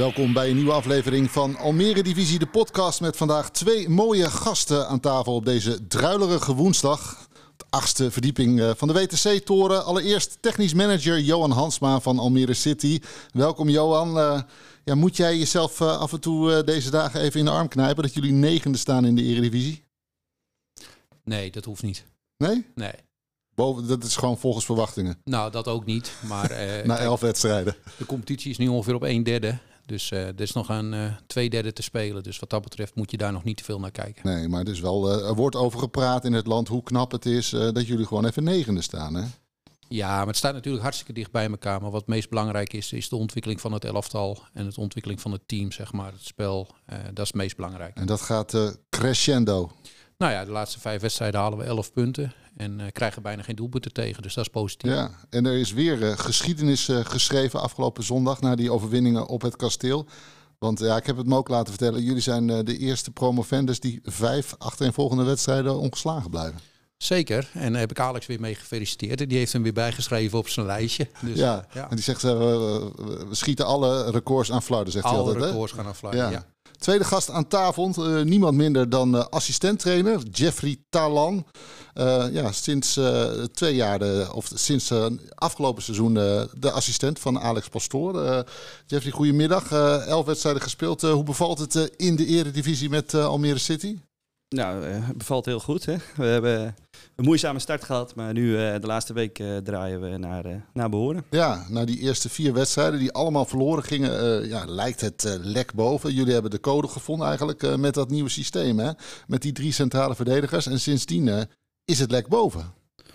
Welkom bij een nieuwe aflevering van Almere Divisie, de podcast met vandaag 2 mooie gasten aan tafel op deze druilerige woensdag. De 8e verdieping van de WTC-toren. Allereerst technisch manager Johan Hansma van Almere City. Welkom Johan. Moet jij jezelf af en toe deze dagen even in de arm knijpen dat jullie 9e staan in de Eredivisie? Nee, dat hoeft niet. Nee? Nee. Dat is gewoon volgens verwachtingen. Nou, dat ook niet. Maar na 11 wedstrijden. De competitie is nu ongeveer op 1/3. Dus er is nog een 2/3 te spelen. Dus wat dat betreft moet je daar nog niet te veel naar kijken. Nee, maar er wordt over gepraat in het land hoe knap het is dat jullie gewoon even 9e staan, hè? Ja, maar het staat natuurlijk hartstikke dicht bij elkaar. Maar wat het meest belangrijk is de ontwikkeling van het elftal. En de ontwikkeling van het team, zeg maar. Het spel, dat is het meest belangrijk. En dat gaat crescendo. Nou ja, de laatste 5 wedstrijden halen we 11 punten. En krijgen bijna geen doelpunten tegen. Dus dat is positief. Ja, en er is weer geschiedenis geschreven afgelopen zondag na die overwinningen op het kasteel. Want ja, ik heb het me ook laten vertellen. Jullie zijn de eerste promovendus die 5 achtereenvolgende wedstrijden ongeslagen blijven. Zeker. En daar heb ik Alex weer mee gefeliciteerd. En die heeft hem weer bijgeschreven op zijn lijstje. Dus, ja, en die zegt, we schieten alle records aan flarden, zegt hij altijd. Alle records gaan aan flarden, ja. Tweede gast aan tafel, niemand minder dan assistenttrainer Jeffrey Talan. Sinds 2 jaar, sinds afgelopen seizoen, de assistent van Alex Pastoor. Jeffrey, goedemiddag. 11 wedstrijden gespeeld. Hoe bevalt het in de Eredivisie met Almere City? Nou, het bevalt heel goed. Hè? We hebben een moeizame start gehad, maar nu de laatste week draaien we naar behoren. Ja, na die eerste 4 wedstrijden die allemaal verloren gingen, lijkt het lek boven. Jullie hebben de code gevonden eigenlijk met dat nieuwe systeem, hè? Met die 3 centrale verdedigers. En sindsdien is het lek boven.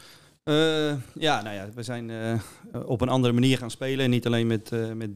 We zijn op een andere manier gaan spelen. Niet alleen met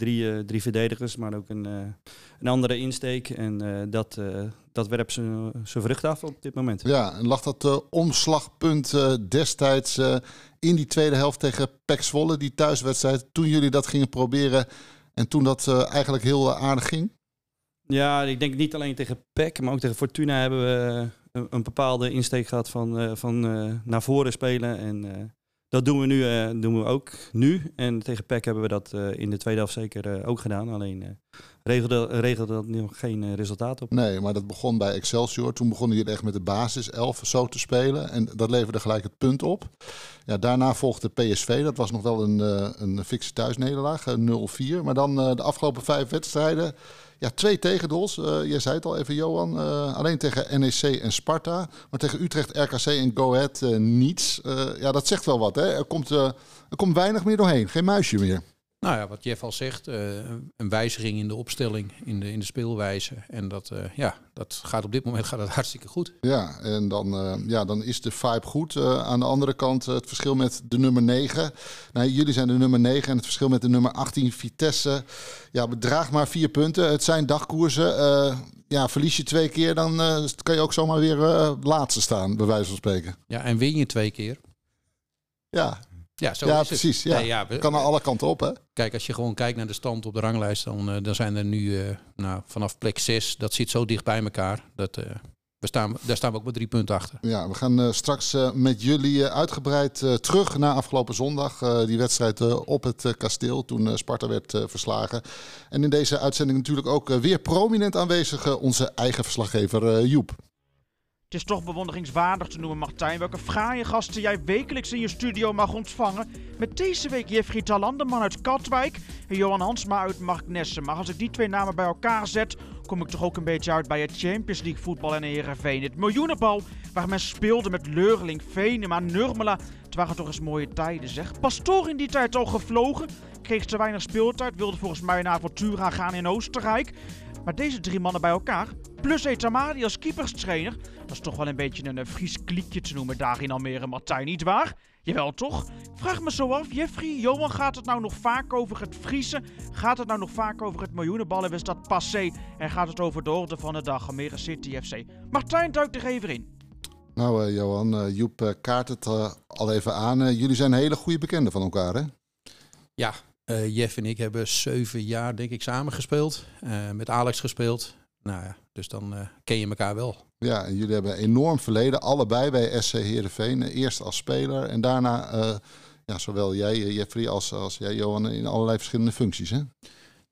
3 verdedigers, maar ook een andere insteek. En dat werpt zijn vrucht af op dit moment. Ja, en lag dat omslagpunt destijds in die tweede helft tegen PEC Zwolle, die thuiswedstrijd, toen jullie dat gingen proberen en toen dat eigenlijk heel aardig ging? Ja, ik denk niet alleen tegen PEC, maar ook tegen Fortuna hebben we een bepaalde insteek gehad van naar voren spelen. En dat doen we ook nu. En tegen PEC hebben we dat in de tweede helft zeker ook gedaan. Alleen regelde dat nog geen resultaat op. Nee, maar dat begon bij Excelsior. Toen begonnen jullie echt met de basis 11 zo te spelen. En dat leverde gelijk het punt op. Ja, daarna volgde PSV. Dat was nog wel een fikse thuisnederlaag, 0-4. Maar dan de afgelopen 5 wedstrijden. Ja, 2 tegendoels. Je zei het al even, Johan. Alleen tegen NEC en Sparta. Maar tegen Utrecht, RKC en Go Ahead niets. Dat zegt wel wat, hè? Er komt weinig meer doorheen. Geen muisje meer. Nou ja, wat Jeff al zegt. Een wijziging in de opstelling, in de speelwijze. En dat gaat op dit moment hartstikke goed. Ja, en dan is de vibe goed. Aan de andere kant het verschil met de nummer 9. Nou, jullie zijn de nummer 9 en het verschil met de nummer 18 Vitesse bedraagt maar 4 punten. Het zijn dagkoersen. Verlies je 2 keer, dan kan je ook zomaar weer laatste staan, bij wijze van spreken. Ja, en win je 2 keer. Ja, zo is precies. Het. Ja. Kan aan alle kanten op, hè? Kijk, als je gewoon kijkt naar de stand op de ranglijst, dan zijn er nu vanaf plek 6, dat zit zo dicht bij elkaar. Daar staan we ook met 3 punten achter. Ja, we gaan straks met jullie uitgebreid terug naar afgelopen zondag. Die wedstrijd op het kasteel toen Sparta werd verslagen. En in deze uitzending natuurlijk ook weer prominent aanwezig onze eigen verslaggever Joep. Het is toch bewonderingswaardig te noemen, Martijn, welke fraaie gasten jij wekelijks in je studio mag ontvangen. Met deze week Jeffrey Talan, de man uit Katwijk, en Johan Hansma uit Marknessen. Maar als ik die 2 namen bij elkaar zet, kom ik toch ook een beetje uit bij het Champions League voetbal en Heerenveen. Het miljoenenbal waar men speelde met Leurling, Venema, Nurmela. Het waren toch eens mooie tijden, zeg. Pastoor in die tijd al gevlogen, kreeg te weinig speeltijd, wilde volgens mij naar Fortuna gaan in Oostenrijk. Maar deze 3 mannen bij elkaar, plus Etamadi als keeperstrainer, dat is toch wel een beetje een Fries kliekje te noemen daar in Almere, Martijn, niet waar? Jawel toch? Vraag me zo af, Jeffrey, Johan, gaat het nou nog vaak over het Friese? Gaat het nou nog vaak over het miljoenenballen? Is dat passé? En gaat het over de orde van de dag, Almere City FC? Martijn, duik er even in. Nou Johan, Joep kaart het al even aan. Jullie zijn hele goede bekenden van elkaar, hè? Ja, Jeff en ik hebben 7 jaar denk ik samen gespeeld. Met Alex gespeeld. Nou ja, dus dan ken je elkaar wel. Ja, en jullie hebben een enorm verleden. Allebei bij SC Heerenveen. Eerst als speler en daarna zowel jij Jeffrey als jij Johan in allerlei verschillende functies, hè?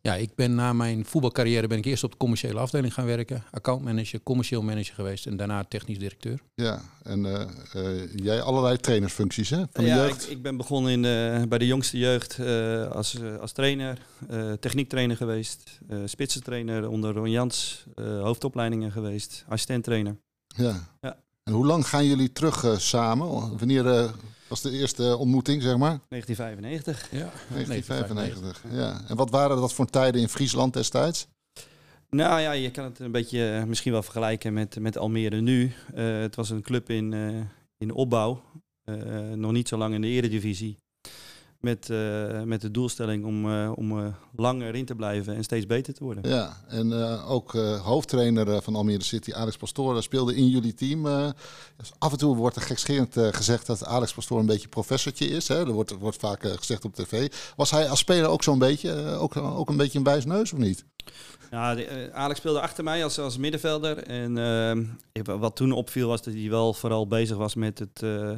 Ja, ik ben na mijn voetbalcarrière ben ik eerst op de commerciële afdeling gaan werken. Accountmanager, commercieel manager geweest en daarna technisch directeur. Ja, en jij allerlei trainersfuncties, hè? Van de Ja, jeugd? ik ben begonnen bij de jongste jeugd als trainer, techniektrainer geweest, spitsentrainer onder Ron Jans, hoofdopleidingen geweest, assistenttrainer. Ja. Ja. En hoe lang gaan jullie terug samen? Wanneer was de eerste ontmoeting, zeg maar? 1995. Ja, 1995. Ja. En wat waren dat voor tijden in Friesland destijds? Nou ja, je kan het een beetje misschien wel vergelijken met Almere nu. Het was een club in opbouw, nog niet zo lang in de eredivisie. Met de doelstelling om langer in te blijven en steeds beter te worden. Ja, en ook hoofdtrainer van Almere City, Alex Pastoor, speelde in jullie team. Dus af en toe wordt er gekscherend gezegd dat Alex Pastoor een beetje professortje is. Hè? Dat wordt vaak gezegd op tv. Was hij als speler ook zo'n beetje, ook een beetje een wijsneus of niet? Ja, Alex speelde achter mij als middenvelder. En wat toen opviel was dat hij wel vooral bezig was met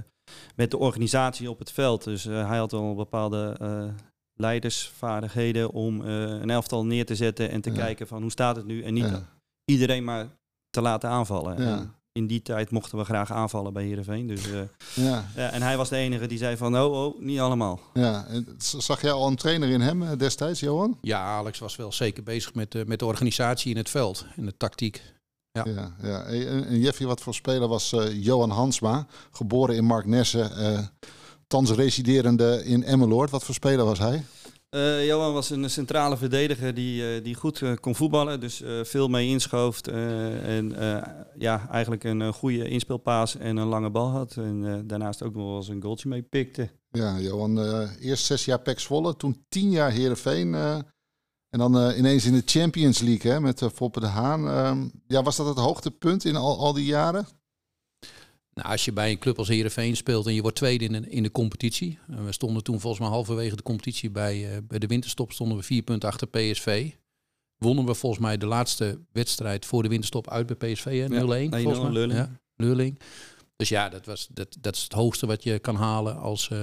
de organisatie op het veld. Dus hij had wel bepaalde leidersvaardigheden om een elftal neer te zetten en te kijken van hoe staat het nu. En niet iedereen maar te laten aanvallen. Ja. En in die tijd mochten we graag aanvallen bij Heerenveen. Dus, en hij was de enige die zei van niet allemaal. Ja, en zag jij al een trainer in hem destijds, Johan? Ja, Alex was wel zeker bezig met de organisatie in het veld en de tactiek. Ja. Ja. En Jeffrey, wat voor speler was Johan Hansma, geboren in Marknesse, thans residerende in Emmeloord. Wat voor speler was hij? Johan was een centrale verdediger die goed kon voetballen, dus veel mee inschoof en eigenlijk een goede inspeelpaas en een lange bal had. En daarnaast ook nog wel eens een goaltje mee pikte. Ja, Johan, eerst 6 jaar PEC Zwolle, toen 10 jaar Heerenveen en dan ineens in de Champions League hè, met Foppe de Haan. Was dat het hoogtepunt in al die jaren? Nou, als je bij een club als Heerenveen speelt en je wordt tweede in de competitie. We stonden toen volgens mij halverwege de competitie bij de winterstop stonden we 4 punten achter PSV. Wonnen we volgens mij de laatste wedstrijd voor de winterstop uit bij PSV, 0-1. Volgens mij. Leurling. Ja, Leurling. Dus ja, dat is het hoogste wat je kan halen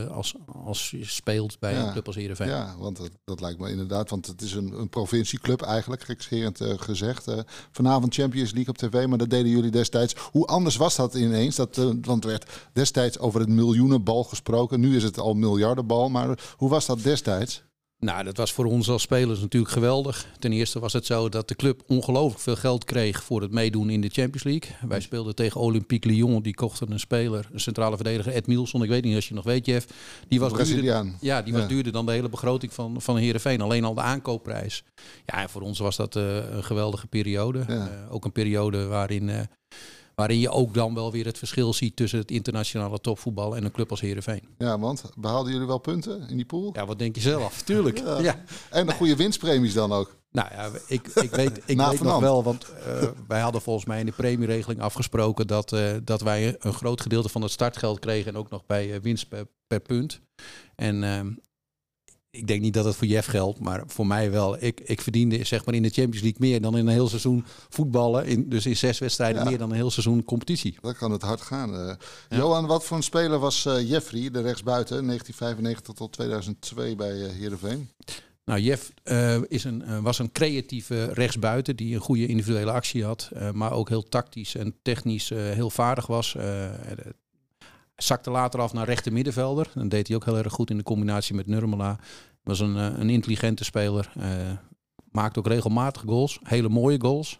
als je speelt bij een club als Heerenveen. Ja, want dat lijkt me inderdaad, want het is een provincieclub eigenlijk, gekscherend gezegd. Vanavond Champions League op tv, maar dat deden jullie destijds. Hoe anders was dat ineens? Want er werd destijds over het miljoenenbal gesproken. Nu is het al miljardenbal, maar hoe was dat destijds? Nou, dat was voor ons als spelers natuurlijk geweldig. Ten eerste was het zo dat de club ongelooflijk veel geld kreeg voor het meedoen in de Champions League. Wij speelden tegen Olympique Lyon. Die kochten een speler, een centrale verdediger, Ed Milson. Ik weet niet als je nog weet, Jeff. Die was duurder dan de hele begroting van Heerenveen. Alleen al de aankoopprijs. Ja, en voor ons was dat een geweldige periode. Ja. Ook een periode waarin je ook dan wel weer het verschil ziet tussen het internationale topvoetbal en een club als Heerenveen. Ja, want behaalden jullie wel punten in die pool? Ja, wat denk je zelf? Tuurlijk. Ja. En de goede winstpremies dan ook? Nou ja, ik weet nog wel, want wij hadden volgens mij in de premieregeling afgesproken dat wij een groot gedeelte van het startgeld kregen en ook nog bij winst per punt. En ik denk niet dat het voor Jeff geldt, maar voor mij wel. Ik verdiende zeg maar in de Champions League meer dan in een heel seizoen voetballen. Dus in 6 wedstrijden meer dan een heel seizoen competitie. Dan kan het hard gaan. Johan, wat voor een speler was Jeffrey, de rechtsbuiten, 1995 tot 2002 bij Heerenveen? Nou, Jeff was een creatieve rechtsbuiten die een goede individuele actie had. Maar ook heel tactisch en technisch heel vaardig was. Zakte later af naar rechter middenvelder. Dan deed hij ook heel erg goed in de combinatie met Nurmela. Was een intelligente speler. Maakte ook regelmatig goals. Hele mooie goals.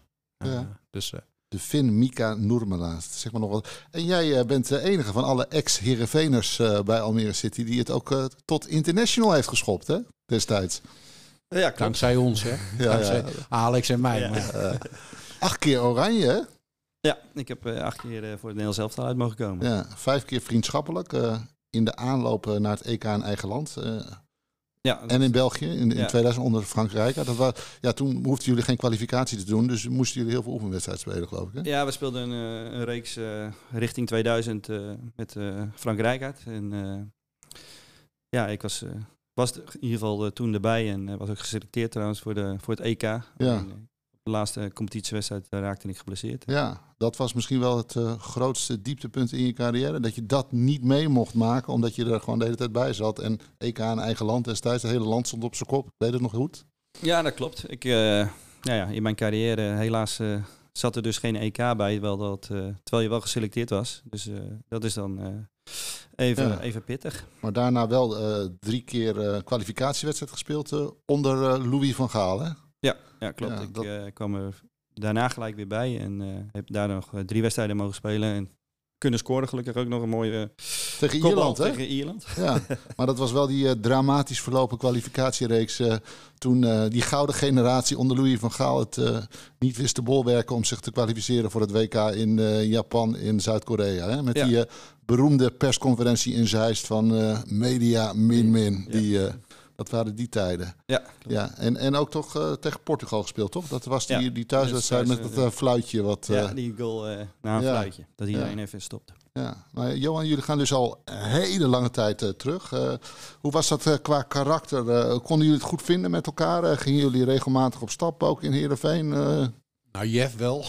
De Finn Mika Nurmela. Zeg maar nog wat. En jij bent de enige van alle ex-Heerenveeners bij Almere City die het ook tot international heeft geschopt, hè? Destijds. Ja, klopt. Dankzij ons, hè? Dankzij Alex en mij. Ja. 8 keer oranje, hè? Ja, ik heb 8 keer voor het Nederlands elftal uit mogen komen. Ja, 5 keer vriendschappelijk. In de aanloop naar het EK in eigen land. En in België in 2000 onder Frankrijk. Toen hoefden jullie geen kwalificatie te doen. Dus moesten jullie heel veel oefenwedstrijden spelen, geloof ik. Hè? Ja, we speelden een reeks richting 2000 met Frank Rijkaard. En ik was in ieder geval toen erbij. En was ook geselecteerd trouwens voor het EK. Ja. De laatste competitiewedstrijd raakte ik geblesseerd. Ja, dat was misschien wel het grootste dieptepunt in je carrière. Dat je dat niet mee mocht maken, omdat je er gewoon de hele tijd bij zat. En EK in eigen land destijds, het hele land stond op zijn kop. Weet het nog goed? Ja, dat klopt. In mijn carrière helaas zat er dus geen EK bij, terwijl je wel geselecteerd was. Dus dat is dan even pittig. Maar daarna wel 3 keer kwalificatiewedstrijd gespeeld onder Louis van Gaal, hè? Ja, klopt. Ja, ik kwam er daarna gelijk weer bij en heb daar nog 3 wedstrijden mogen spelen. En kunnen scoren gelukkig ook nog een mooie tegen Ierland, hè? Tegen Ierland. Ja, maar dat was wel die dramatisch verlopen kwalificatiereeks. Toen die gouden generatie onder Louis van Gaal het niet wist te bolwerken om zich te kwalificeren voor het WK in Japan, in Zuid-Korea. Met die beroemde persconferentie in Zeist van media min. Dat waren die tijden. Ja. En ook toch tegen Portugal gespeeld, toch? Dat was die thuiswedstrijd met dat fluitje. Die goal na een fluitje. Dat iedereen even stopte. Ja, maar Johan, jullie gaan dus al een hele lange tijd terug. Hoe was dat qua karakter? Konden jullie het goed vinden met elkaar? Gingen jullie regelmatig op stap ook in Heerenveen? Nou, Jeff wel.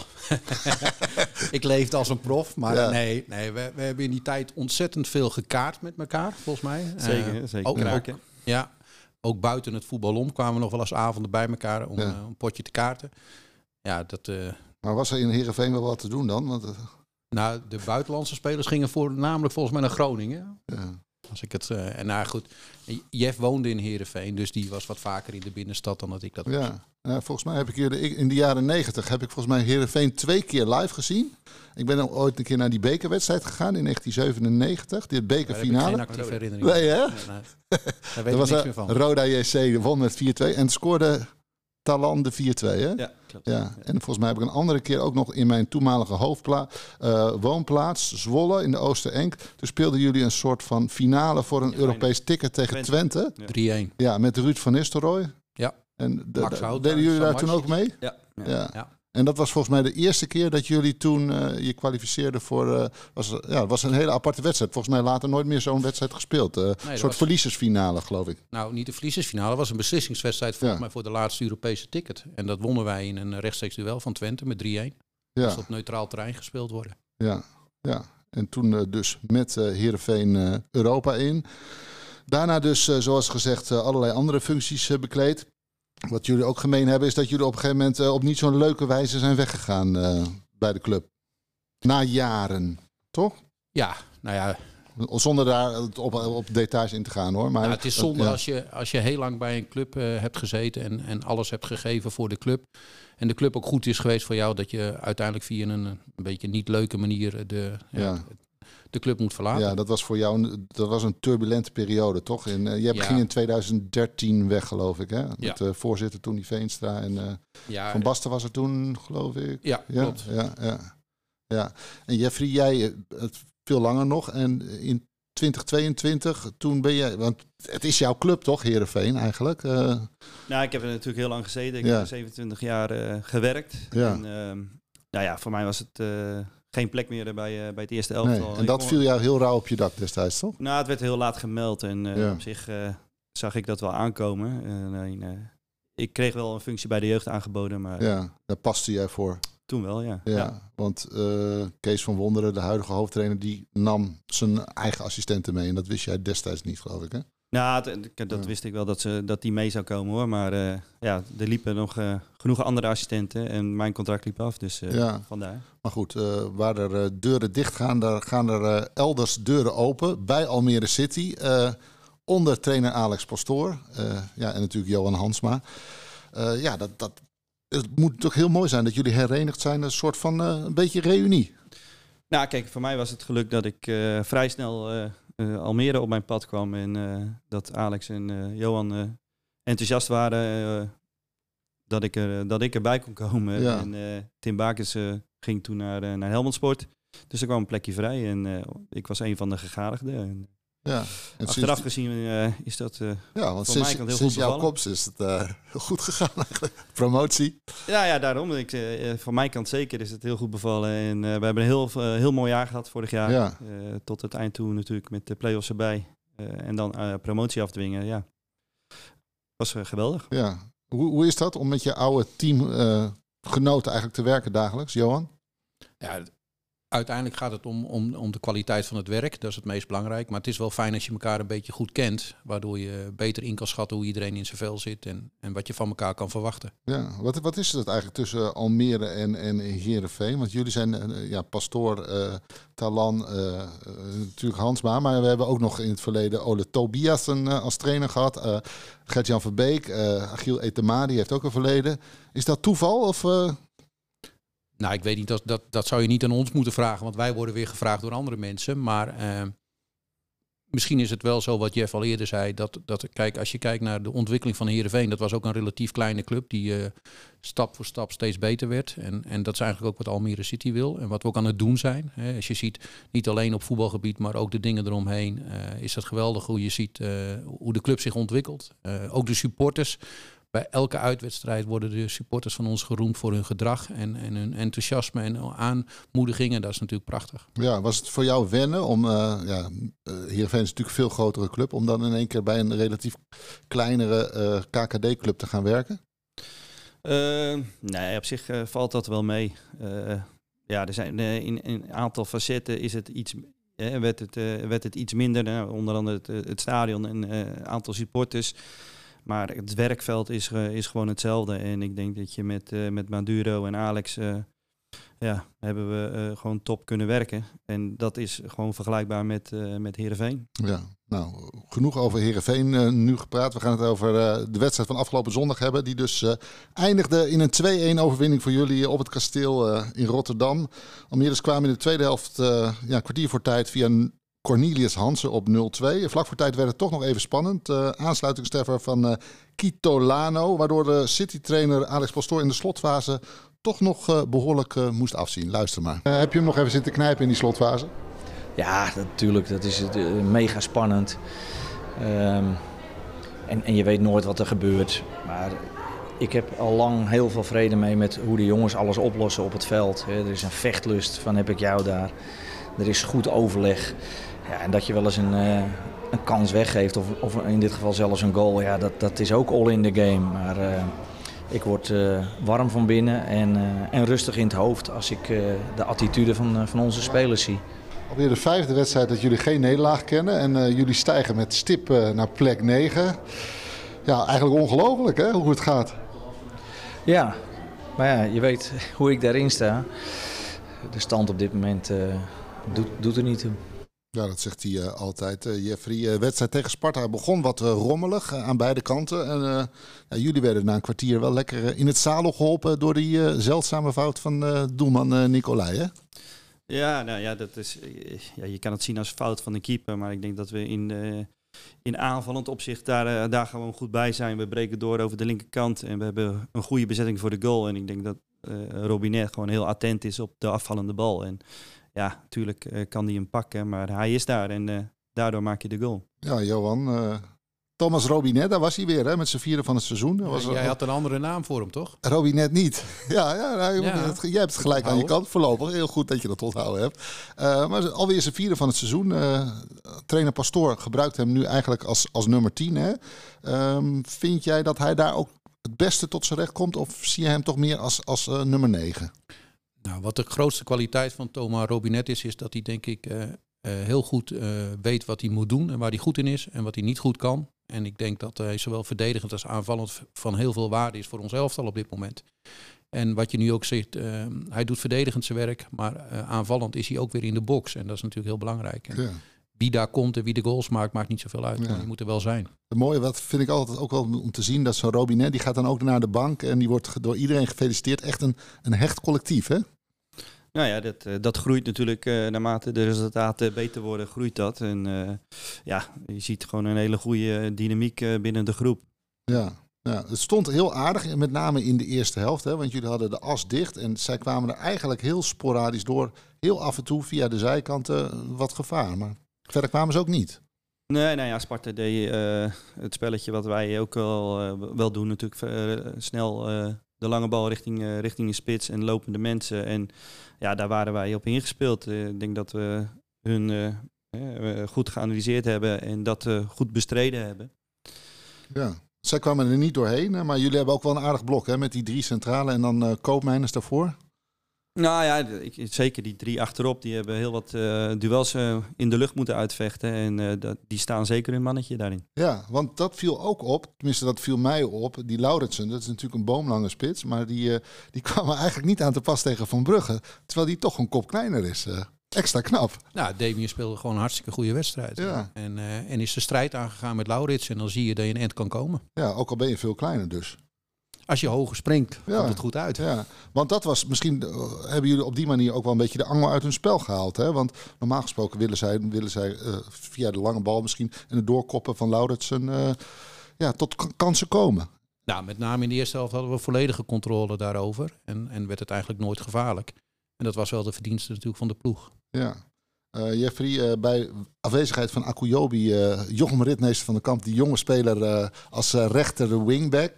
Ik leefde als een prof. Maar nee, we hebben in die tijd ontzettend veel gekaart met elkaar, volgens mij. Zeker. Ook, ook buiten het voetbal om kwamen we nog wel eens avonden bij elkaar om een potje te kaarten. Ja, dat... Maar was er in Heerenveen wel wat te doen dan? Want, Nou, de buitenlandse spelers gingen voornamelijk volgens mij naar Groningen. Ja. Als ik het... goed, Jeff woonde in Heerenveen, dus die was wat vaker in de binnenstad dan dat ik dat was. Volgens mij heb ik in de jaren 90 heb ik volgens mij Heerenveen 2 keer live gezien. Ik ben ooit een keer naar die bekerwedstrijd gegaan in 1997, die bekerfinale. Daar heb ik geen actieve herinnering. Nee, hè? Nee. Daar weet ik niks meer van. Roda JC won met 4-2 en scoorde Talan de 4-2, hè? Ja, klopt. Ja. En volgens mij heb ik een andere keer ook nog in mijn toenmalige woonplaats, Zwolle, in de Oosterenk. Toen speelden jullie een soort van finale voor een Europees ticket tegen Twente. 3-1. Ja, met Ruud van Nistelrooy. Ja. En deden jullie daar toen ook mee? Ja. En dat was volgens mij de eerste keer dat jullie toen je kwalificeerden voor... was een hele aparte wedstrijd. Volgens mij later nooit meer zo'n wedstrijd gespeeld. Een soort verliezersfinale, geloof ik. Nou, niet de verliezersfinale. Het was een beslissingswedstrijd volgens mij voor de laatste Europese ticket. En dat wonnen wij in een rechtstreeks duel van Twente met 3-1. Dus op neutraal terrein gespeeld worden. Ja. En toen dus met Heerenveen Europa in. Daarna dus, zoals gezegd, allerlei andere functies bekleed. Wat jullie ook gemeen hebben, is dat jullie op een gegeven moment op niet zo'n leuke wijze zijn weggegaan bij de club. Na jaren, toch? Ja, nou ja. Zonder daar op details in te gaan, hoor. Maar het is zonde als je heel lang bij een club hebt gezeten en alles hebt gegeven voor de club. En de club ook goed is geweest voor jou, dat je uiteindelijk via een beetje niet leuke manier de club moet verlaten. Ja, dat was voor jou een turbulente periode, toch? Jij ging in 2013 weg, geloof ik, hè? Met voorzitter toen die Veenstra en Van Basten was er toen, geloof ik. Ja, klopt. Ja. En Jeffrey, jij veel langer nog. En in 2022, toen ben je... Want het is jouw club, toch, Heerenveen, eigenlijk? Nou, ik heb er natuurlijk heel lang gezeten. Ik heb er 27 jaar gewerkt. Ja. En voor mij was het... geen plek meer bij het eerste elftal. Nee, en dat viel jou heel rauw op je dak destijds, toch? Nou, het werd heel laat gemeld. En op zich zag ik dat wel aankomen. Ik kreeg wel een functie bij de jeugd aangeboden. Maar daar paste jij voor. Toen wel, ja. Want Kees van Wonderen, de huidige hoofdtrainer, die nam zijn eigen assistenten mee. En dat wist jij destijds niet, geloof ik, hè? Nou, dat wist ik wel dat die mee zou komen, hoor. Maar er liepen nog genoeg andere assistenten en mijn contract liep af, dus vandaar. Maar goed, waar er deuren dicht gaan, daar gaan er elders deuren open. Bij Almere City, onder trainer Alex Pastoor en natuurlijk Johan Hansma. Het moet toch heel mooi zijn dat jullie herenigd zijn, een soort van een beetje reunie. Nou, kijk, voor mij was het geluk dat ik vrij snel... Almere op mijn pad kwam en dat Alex en Johan enthousiast waren dat ik erbij kon komen. Ja. En Tim Bakers ging toen naar Helmond Sport. Dus er kwam een plekje vrij en ik was een van de gegadigden. En achteraf gezien is dat want voor mij kant heel sinds goed jouw komst is het heel goed gegaan eigenlijk. Promotie. Ja, daarom. Van mijn kant zeker is het heel goed bevallen. En we hebben een heel mooi jaar gehad vorig jaar. Ja. Tot het eind toe natuurlijk met de play-offs erbij. En dan promotie afdwingen. Ja, was geweldig. Ja. Hoe is dat om met je oude teamgenoten eigenlijk te werken dagelijks, Johan? Ja, Uiteindelijk gaat het om de kwaliteit van het werk. Dat is het meest belangrijk. Maar het is wel fijn als je elkaar een beetje goed kent. Waardoor je beter in kan schatten hoe iedereen in zijn vel zit. En wat je van elkaar kan verwachten. Ja, wat is het eigenlijk tussen Almere en Heerenveen? Want jullie zijn Pastoor, Talan, natuurlijk Hansma. Maar we hebben ook nog in het verleden Ole Tobiasen als trainer gehad. Gert-Jan Verbeek, Achiel Etemadi heeft ook een verleden. Is dat toeval of... Nou, ik weet niet, dat zou je niet aan ons moeten vragen, want wij worden weer gevraagd door andere mensen. Maar misschien is het wel zo wat Jeff al eerder zei, kijk, als je kijkt naar de ontwikkeling van Heerenveen, dat was ook een relatief kleine club die stap voor stap steeds beter werd. En dat is eigenlijk ook wat Almere City wil en wat we ook aan het doen zijn. Als je ziet, niet alleen op voetbalgebied, maar ook de dingen eromheen, is dat geweldig hoe je ziet hoe de club zich ontwikkelt. Ook de supporters. Bij elke uitwedstrijd worden de supporters van ons geroemd voor hun gedrag en hun enthousiasme en aanmoedigingen. Dat is natuurlijk prachtig. Ja, was het voor jou wennen om, Heerenveen is natuurlijk een veel grotere club, om dan in één keer bij een relatief kleinere KKD-club te gaan werken? Nee, op zich valt dat wel mee. Er zijn in een aantal facetten is het iets... werd het iets minder, onder andere het stadion en een aantal supporters. Maar het werkveld is gewoon hetzelfde. En ik denk dat je met Maduro en Alex hebben we gewoon top kunnen werken. En dat is gewoon vergelijkbaar met Heerenveen. Ja, nou, genoeg over Heerenveen nu gepraat. We gaan het over de wedstrijd van afgelopen zondag hebben. Die dus eindigde in een 2-1 overwinning voor jullie op het kasteel in Rotterdam. Almeerders kwamen in de tweede helft een kwartier voor tijd via Cornelius Hansen op 0-2. Vlak voor tijd werd het toch nog even spannend. Aansluitingstreffer van Kitolano, waardoor de City-trainer Alex Pastoor in de slotfase toch nog behoorlijk moest afzien. Luister maar. Heb je hem nog even zitten knijpen in die slotfase? Ja, natuurlijk. Dat is mega spannend. En je weet nooit wat er gebeurt. Maar ik heb al lang heel veel vrede mee met hoe de jongens alles oplossen op het veld. Er is een vechtlust van heb ik jou daar. Er is goed overleg. Ja, en dat je wel eens een kans weggeeft of in dit geval zelfs een goal. Ja, dat is ook all in the game. Maar ik word warm van binnen en rustig in het hoofd als ik de attitude van onze spelers zie. Alweer de 5e wedstrijd dat jullie geen nederlaag kennen. En jullie stijgen met stip naar plek 9. Ja, eigenlijk ongelooflijk hè, hoe het gaat. Ja, maar ja, je weet hoe ik daarin sta. De stand op dit moment doet er niet toe. Ja, dat zegt hij altijd. Jeffrey, wedstrijd tegen Sparta begon wat rommelig aan beide kanten. En jullie werden na een kwartier wel lekker in het zadel geholpen door die zeldzame fout van doelman Nicolai, hè? Ja, nou ja, dat is, je kan het zien als fout van de keeper. Maar ik denk dat we in aanvallend opzicht daar gewoon goed bij zijn. We breken door over de linkerkant en we hebben een goede bezetting voor de goal. En ik denk dat Robinet gewoon heel attent is op de afvallende bal. En ja, natuurlijk kan hij hem pakken, maar hij is daar en daardoor maak je de goal. Ja, Johan. Thomas Robinet, daar was hij weer hè, met zijn 4e van het seizoen. Jij had een andere naam voor hem, toch? Robinet niet. Jij hebt het gelijk aan je kant voorlopig. Heel goed dat je dat onthouden hebt. Maar alweer zijn 4e van het seizoen. Trainer Pastoor gebruikt hem nu eigenlijk als nummer 10. Hè? Vind jij dat hij daar ook het beste tot zijn recht komt? Of zie je hem toch meer als nummer 9? Nou, wat de grootste kwaliteit van Thomas Robinet is dat hij denk ik heel goed weet wat hij moet doen en waar hij goed in is en wat hij niet goed kan. En ik denk dat hij zowel verdedigend als aanvallend van heel veel waarde is voor ons elftal op dit moment. En wat je nu ook ziet, hij doet verdedigend zijn werk, maar aanvallend is hij ook weer in de box. En dat is natuurlijk heel belangrijk. En wie daar komt en wie de goals maakt niet zoveel uit. Maar die moet er wel zijn. Het mooie, wat vind ik altijd ook wel om te zien, dat zo'n Robinet, die gaat dan ook naar de bank en die wordt door iedereen gefeliciteerd. Echt een hecht collectief, hè? Nou ja, dat groeit natuurlijk naarmate de resultaten beter worden, groeit dat. En je ziet gewoon een hele goede dynamiek binnen de groep. Ja, het stond heel aardig, met name in de eerste helft. Hè, want jullie hadden de as dicht en zij kwamen er eigenlijk heel sporadisch door. Heel af en toe via de zijkanten wat gevaar. Maar verder kwamen ze ook niet. Nee, nou ja, Sparta deed het spelletje wat wij ook wel doen. Natuurlijk snel de lange bal richting de spits en lopende mensen. En ja, daar waren wij op ingespeeld. Ik denk dat we hun goed geanalyseerd hebben en dat goed bestreden hebben. Ja, zij kwamen er niet doorheen, maar jullie hebben ook wel een aardig blok hè, met die 3 centrale en dan Koopmeiners daarvoor. Nou ja, zeker die 3 achterop. Die hebben heel wat duels in de lucht moeten uitvechten. En die staan zeker een mannetje daarin. Ja, want dat viel ook op. Tenminste, dat viel mij op. Die Lauritsen, dat is natuurlijk een boomlange spits. Maar die kwam er eigenlijk niet aan te pas tegen Van Brugge. Terwijl die toch een kop kleiner is. Extra knap. Nou, Damien speelde gewoon een hartstikke goede wedstrijd. Ja. En is de strijd aangegaan met Lauritsen. En dan zie je dat je een eind kan komen. Ja, ook al ben je veel kleiner dus. Als je hoger springt, komt het goed uit. Ja, want dat was misschien, hebben jullie op die manier ook wel een beetje de angel uit hun spel gehaald. Hè? Want normaal gesproken willen zij via de lange bal misschien en het doorkoppen van Lauritsen tot kansen komen. Nou, met name in de eerste helft hadden we volledige controle daarover. En werd het eigenlijk nooit gevaarlijk. En dat was wel de verdienste natuurlijk van de ploeg. Ja. Jeffrey, bij afwezigheid van Akuyobi, Jochem Ritmeester van de Kamp, die jonge speler als rechter wingback.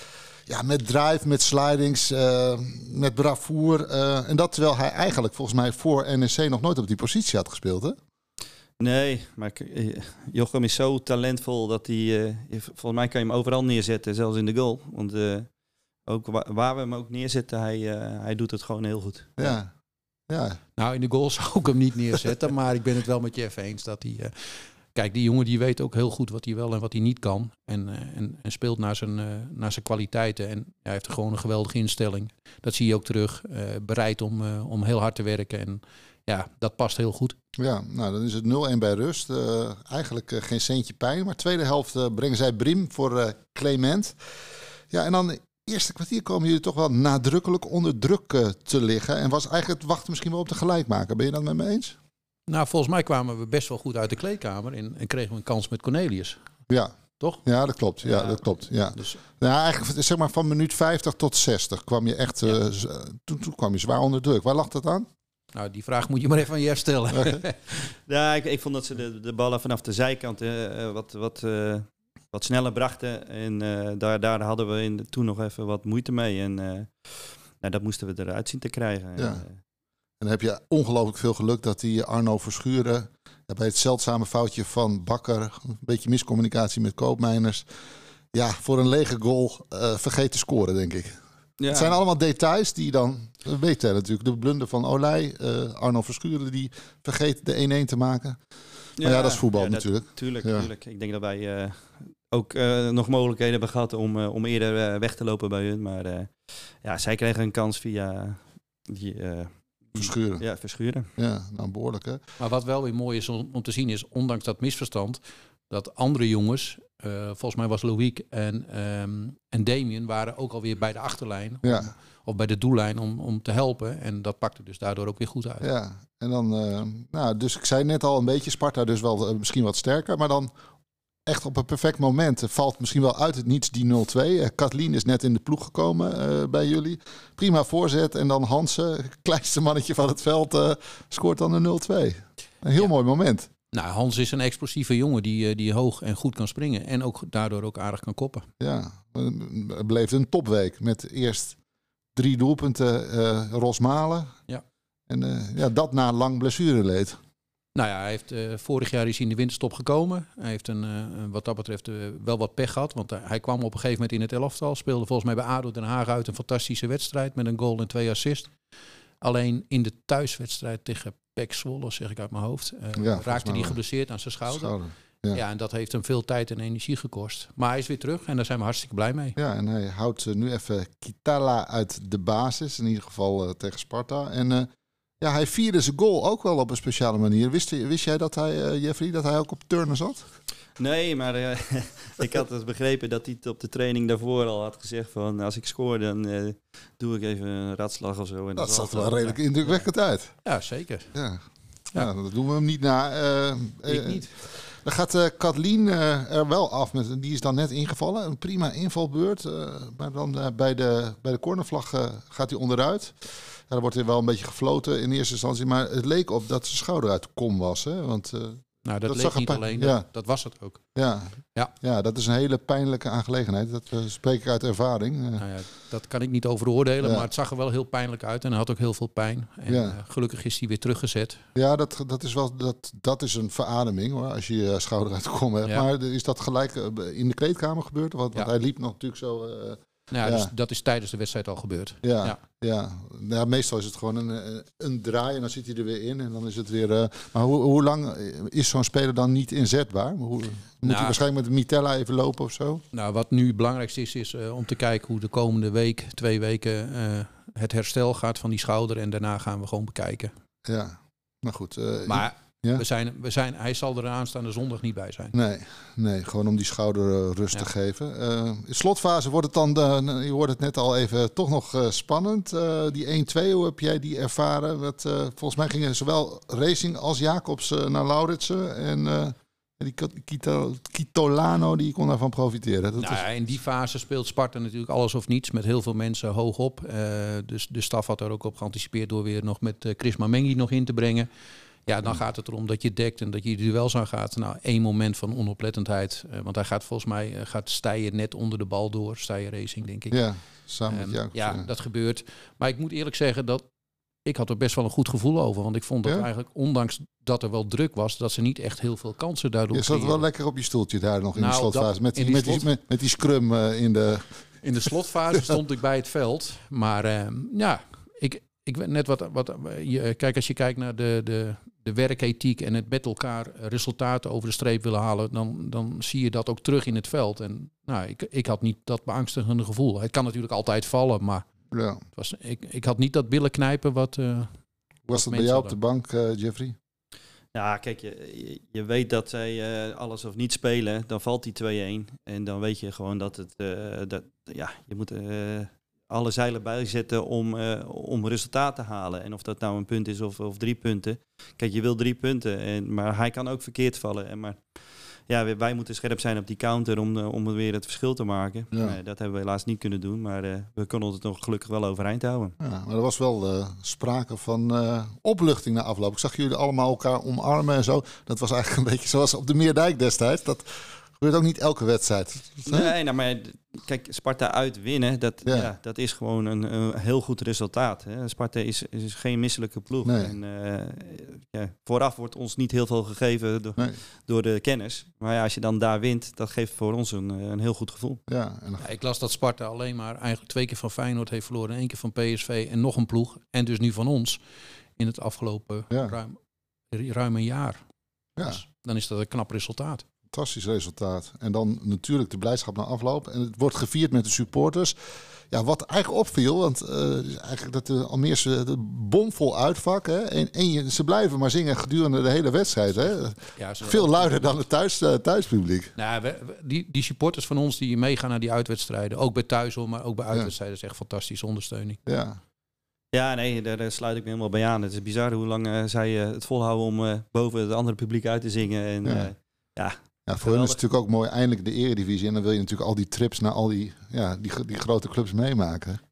Met drive, met slidings, met bravoure. En dat terwijl hij eigenlijk volgens mij voor NEC nog nooit op die positie had gespeeld, hè? Nee, maar Jochem is zo talentvol dat hij... volgens mij kan je hem overal neerzetten, zelfs in de goal. Want ook waar we hem ook neerzetten, hij doet het gewoon heel goed. Ja. Nou, in de goal zou ik hem niet neerzetten. Maar ik ben het wel met Jeff eens dat hij... Kijk, die jongen die weet ook heel goed wat hij wel en wat hij niet kan. En speelt naar zijn kwaliteiten. En hij heeft gewoon een geweldige instelling. Dat zie je ook terug. Bereid om heel hard te werken. En ja, dat past heel goed. Ja, nou dan is het 0-1 bij rust. Eigenlijk geen centje pijn. Maar tweede helft brengen zij Briem voor Clement. Ja, en dan... Eerste kwartier komen jullie toch wel nadrukkelijk onder druk te liggen. En was eigenlijk het wachten misschien wel op de gelijkmaker. Ben je dat met me eens? Nou, volgens mij kwamen we best wel goed uit de kleedkamer. En kregen we een kans met Cornelius. Ja. Toch? Ja, dat klopt. Ja, dat klopt. Ja. Dus... Nou, eigenlijk zeg maar van minuut 50 tot 60 kwam je echt... Toen kwam je zwaar onder druk. Waar lag dat aan? Nou, die vraag moet je maar even aan Jeff stellen. Okay. Ja, ik vond dat ze de ballen vanaf de zijkant wat sneller brachten. En daar hadden we toen nog even wat moeite mee. En dat moesten we eruit zien te krijgen. Ja. En dan heb je ongelooflijk veel geluk dat die Arno Verschuren... bij het zeldzame foutje van Bakker... een beetje miscommunicatie met Koopmeiners... voor een lege goal vergeet te scoren, denk ik. Ja. Het zijn allemaal details die dan weten natuurlijk. De blunder van Olij, Arno Verschuren die vergeet de 1-1 te maken. Maar dat is voetbal natuurlijk. Tuurlijk. Ik denk dat wij... ook nog mogelijkheden hebben gehad om eerder weg te lopen bij hun. Maar zij kregen een kans via Verschuren. Ja, Verschuren. Ja, nou behoorlijk hè. Maar wat wel weer mooi is om te zien is, ondanks dat misverstand, dat andere jongens, volgens mij was Loïc en Damien, waren ook alweer bij de achterlijn. Ja. Of bij de doellijn om te helpen. En dat pakte dus daardoor ook weer goed uit. Ja, en dan, dus ik zei net al een beetje, Sparta dus wel misschien wat sterker, maar dan... Echt op een perfect moment valt misschien wel uit het niets die 0-2. Kathleen is net in de ploeg gekomen bij jullie. Prima voorzet en dan Hansen, kleinste mannetje van het veld, scoort dan een 0-2. Een heel mooi moment. Nou, Hans is een explosieve jongen die hoog en goed kan springen. En ook daardoor ook aardig kan koppen. Ja, het bleef een topweek met eerst 3 doelpunten Rosmalen. Ja. En dat na lang blessureleed. Nou ja, hij heeft vorig jaar is hij in de winterstop gekomen. Hij heeft wat dat betreft wel wat pech gehad. Want hij kwam op een gegeven moment in het elftal. Speelde volgens mij bij ADO Den Haag uit een fantastische wedstrijd. Met een goal en 2 assists. Alleen in de thuiswedstrijd tegen PEC Zwolle, zeg ik uit mijn hoofd. Raakte hij geblesseerd aan zijn schouder. Ja, en dat heeft hem veel tijd en energie gekost. Maar hij is weer terug en daar zijn we hartstikke blij mee. Ja, en hij houdt nu even Kitala uit de basis. In ieder geval tegen Sparta. En... hij vierde zijn goal ook wel op een speciale manier. Wist jij dat hij, Jeffrey, dat hij ook op turnen zat? Nee, maar ik had het begrepen dat hij het op de training daarvoor al had gezegd van... als ik scoor, dan doe ik even een ratslag of zo. En dat zag er wel redelijk indrukwekkend uit. Ja, zeker. Ja. Dat doen we hem niet na. Ik niet. Dan gaat Kathleen er wel af. Die is dan net ingevallen. Een prima invalbeurt. Maar dan bij de cornervlag gaat hij onderuit. Ja, er wordt hier wel een beetje gefloten in eerste instantie. Maar het leek op dat zijn schouder uit de kom was. Hè? Want, dat leek niet alleen. Dat was het ook. Ja, dat is een hele pijnlijke aangelegenheid. Dat spreek ik uit ervaring. Dat kan ik niet over oordelen. Maar het zag er wel heel pijnlijk uit. En hij had ook heel veel pijn. En gelukkig is hij weer teruggezet. Ja, dat is een verademing hoor. Als je je schouder uit de kom hebt. Ja. Maar is dat gelijk in de kleedkamer gebeurd? Want hij liep nog natuurlijk zo... Nou, dus dat is tijdens de wedstrijd al gebeurd. Ja, meestal is het gewoon een draai en dan zit hij er weer in en dan is het weer... maar hoe lang is zo'n speler dan niet inzetbaar? Moet hij waarschijnlijk met de mitella even lopen of zo? Nou, wat nu het belangrijkste is om te kijken hoe de komende week, 2 weken, het herstel gaat van die schouder. En daarna gaan we gewoon bekijken. Ja, nou goed. Hij zal er aanstaande zondag niet bij zijn. Nee, gewoon om die schouder rust te geven. In slotfase wordt het dan, je hoorde het net al even, toch nog spannend. Die 1-2, hoe heb jij die ervaren? Volgens mij gingen zowel Racing als Jacobs naar Lauritsen. En die Kitolano, die kon daarvan profiteren. In die fase speelt Sparta natuurlijk alles of niets. Met heel veel mensen hoog op. Dus de staf had er ook op geanticipeerd door weer nog met Chris Mamengi nog in te brengen. Ja, dan gaat het erom dat je dekt en dat je duels aan gaat. Nou, 1 moment van onoplettendheid. Want hij gaat volgens mij Steijer net onder de bal door. Steijer Racing, denk ik. Ja, samen met Jacobs. Ja, dat gebeurt. Maar ik moet eerlijk zeggen dat ik had er best wel een goed gevoel over. Want ik vond dat eigenlijk, ondanks dat er wel druk was, dat ze niet echt heel veel kansen daardoor je zat wel lekker op je stoeltje daar nog in de slotfase. Met die scrum in de... In de slotfase stond ik bij het veld. Maar ik weet net kijk, als je kijkt naar de werkethiek en het met elkaar resultaten over de streep willen halen, dan zie je dat ook terug in het veld. En ik had niet dat beangstigende gevoel. Het kan natuurlijk altijd vallen, maar ik had niet dat billen knijpen wat... Hoe was dat bij jou op de bank, Jeffrey? Ja, kijk, je weet dat zij alles of niet spelen. Dan valt die 2-1. En dan weet je gewoon dat het... je moet alle zeilen bijzetten om resultaat te halen. En of dat nou een punt is of 3 punten. Kijk, je wil 3 punten. Maar hij kan ook verkeerd vallen. Maar wij moeten scherp zijn op die counter om weer het verschil te maken. Ja. Dat hebben we helaas niet kunnen doen. Maar we konden het nog gelukkig wel overeind houden. Ja, maar er was wel sprake van opluchting na afloop. Ik zag jullie allemaal elkaar omarmen en zo. Dat was eigenlijk een beetje zoals op de Meerdijk destijds. Dat gebeurt ook niet elke wedstrijd. Nee, maar kijk, Sparta uitwinnen, dat is gewoon een heel goed resultaat. Hè. Sparta is geen misselijke ploeg. Nee. En vooraf wordt ons niet heel veel gegeven door de kennis. Maar als je dan daar wint, dat geeft voor ons een heel goed gevoel. Ik las dat Sparta alleen maar eigenlijk 2 keer van Feyenoord heeft verloren. 1 keer van PSV en nog een ploeg. En dus nu van ons in het afgelopen ruim een jaar. Ja. Dus dan is dat een knap resultaat. Fantastisch resultaat. En dan natuurlijk de blijdschap na afloop. En het wordt gevierd met de supporters. Ja, wat eigenlijk opviel, want eigenlijk dat de Almeerse bomvol uitvak. Hè? En ze blijven maar zingen gedurende de hele wedstrijd. Hè? Ja, veel luider dan het thuispubliek. Nou, die supporters van ons die meegaan naar die uitwedstrijden. Ook bij thuis, maar ook bij uitwedstrijden. is echt fantastische ondersteuning. Ja. Ja, nee, daar sluit ik me helemaal bij aan. Het is bizar hoe lang zij het volhouden om boven het andere publiek uit te zingen. En Ja, voor hen is het natuurlijk ook mooi, eindelijk de eredivisie. En dan wil je natuurlijk al die trips naar al die grote clubs meemaken.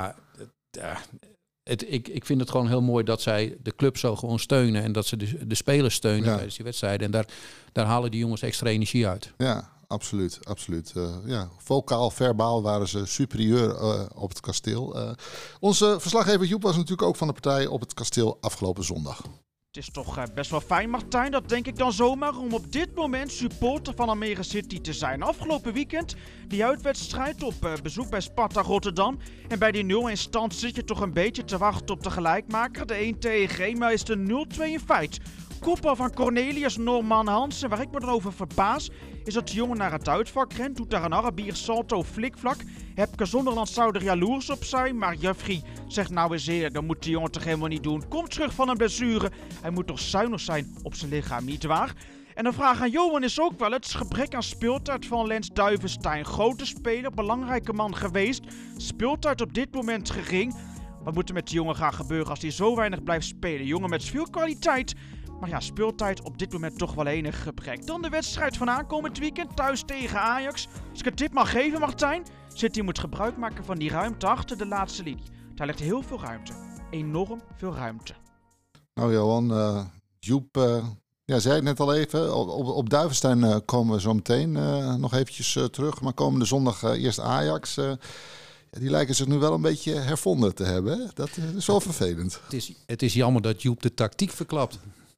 Ik vind het gewoon heel mooi dat zij de club zo gewoon steunen. En dat ze de spelers steunen tijdens die wedstrijden. En daar halen die jongens extra energie uit. Ja, absoluut. Vocaal, verbaal waren ze superieur op het kasteel. Onze verslaggever Joep was natuurlijk ook van de partij op het kasteel afgelopen zondag. Het is toch best wel fijn, Martijn, dat denk ik dan zomaar, om op dit moment supporter van Almere City te zijn. Afgelopen weekend die uitwedstrijd op bezoek bij Sparta Rotterdam. En bij die 0-1 stand zit je toch een beetje te wachten op de gelijkmaker. De 1-1, maar is de 0-2 in feit. Koppel van Cornelius Norman Hansen. Waar ik me dan over verbaas, is dat de jongen naar het uitvak rent. Doet daar een Arabier salto flikvlak. Hepke Zonderland zou er jaloers op zijn. Maar Jeffrey zegt nou eens eerlijk, dat moet die jongen toch helemaal niet doen. Komt terug van een blessure. Hij moet toch zuinig zijn op zijn lichaam, nietwaar? En de vraag aan Johan is ook wel het gebrek aan speeltijd van Lens Duivenstein. Grote speler, belangrijke man geweest. Speeltijd op dit moment gering. Wat moet er met die jongen gaan gebeuren als hij zo weinig blijft spelen? Jongen met veel kwaliteit. Maar ja, speeltijd op dit moment toch wel enig gebrek. Dan de wedstrijd van aankomend weekend thuis tegen Ajax. Als ik het tip mag geven, Martijn, City moet gebruik maken van die ruimte achter de laatste linie. Daar ligt heel veel ruimte. Enorm veel ruimte. Nou Johan, Joep zei het net al even. Op Duivenstein komen we zo meteen nog eventjes terug. Maar komende zondag eerst Ajax. Die lijken zich nu wel een beetje hervonden te hebben. Hè? Dat is wel vervelend. Het is jammer dat Joep de tactiek verklapt.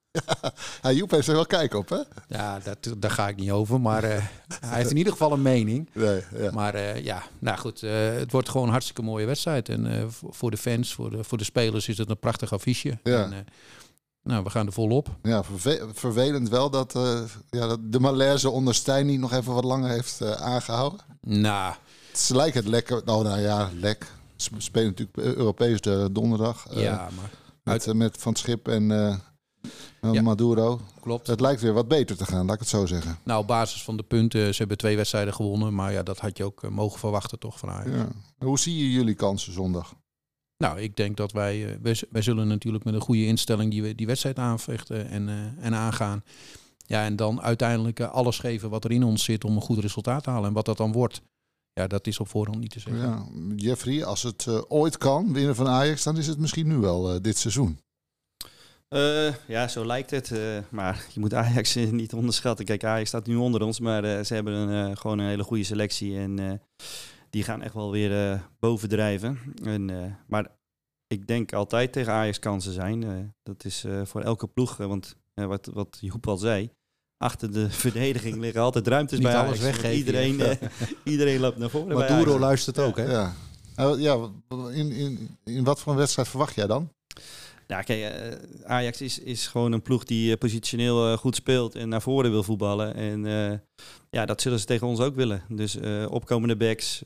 Ja, Joep heeft er wel kijk op, hè? Ja, daar ga ik niet over. Maar hij heeft in ieder geval een mening. Nee, ja. Maar nou goed. Het wordt gewoon een hartstikke mooie wedstrijd. En voor de fans, voor de spelers is het een prachtig affiche. Ja. En, we gaan er volop. Ja, vervelend wel dat de malaise onder Stijn niet nog even wat langer heeft aangehouden. Nou. Ze lijken het lekker. Lek. Ze spelen natuurlijk Europees de donderdag. Maar met Van Schip en Maduro. Klopt. Het lijkt weer wat beter te gaan, laat ik het zo zeggen. Nou, op basis van de punten, ze hebben 2 wedstrijden gewonnen. Maar ja, dat had je ook mogen verwachten toch van Ajax. Ja. Hoe zie je jullie kansen zondag? Nou, ik denk dat wij zullen natuurlijk met een goede instelling die wedstrijd aanvechten en aangaan. Ja, en dan uiteindelijk alles geven wat er in ons zit om een goed resultaat te halen. En wat dat dan wordt, ja, dat is op voorhand niet te zeggen. Ja, Jeffrey, als het ooit kan winnen van Ajax, dan is het misschien nu wel dit seizoen. Ja, zo lijkt het. Maar je moet Ajax niet onderschatten. Kijk, Ajax staat nu onder ons, maar ze hebben gewoon een hele goede selectie. En die gaan echt wel weer bovendrijven. Maar ik denk altijd tegen Ajax kansen zijn. Dat is voor elke ploeg. Want wat Joep al zei, achter de verdediging liggen altijd ruimtes bij Ajax. Niet alles weggeven. Iedereen loopt naar voren. Maduro luistert ook, hè? Ja. In wat voor een wedstrijd verwacht jij dan? Ja, kijk, Ajax is gewoon een ploeg die positioneel goed speelt en naar voren wil voetballen. En dat zullen ze tegen ons ook willen. Dus opkomende backs,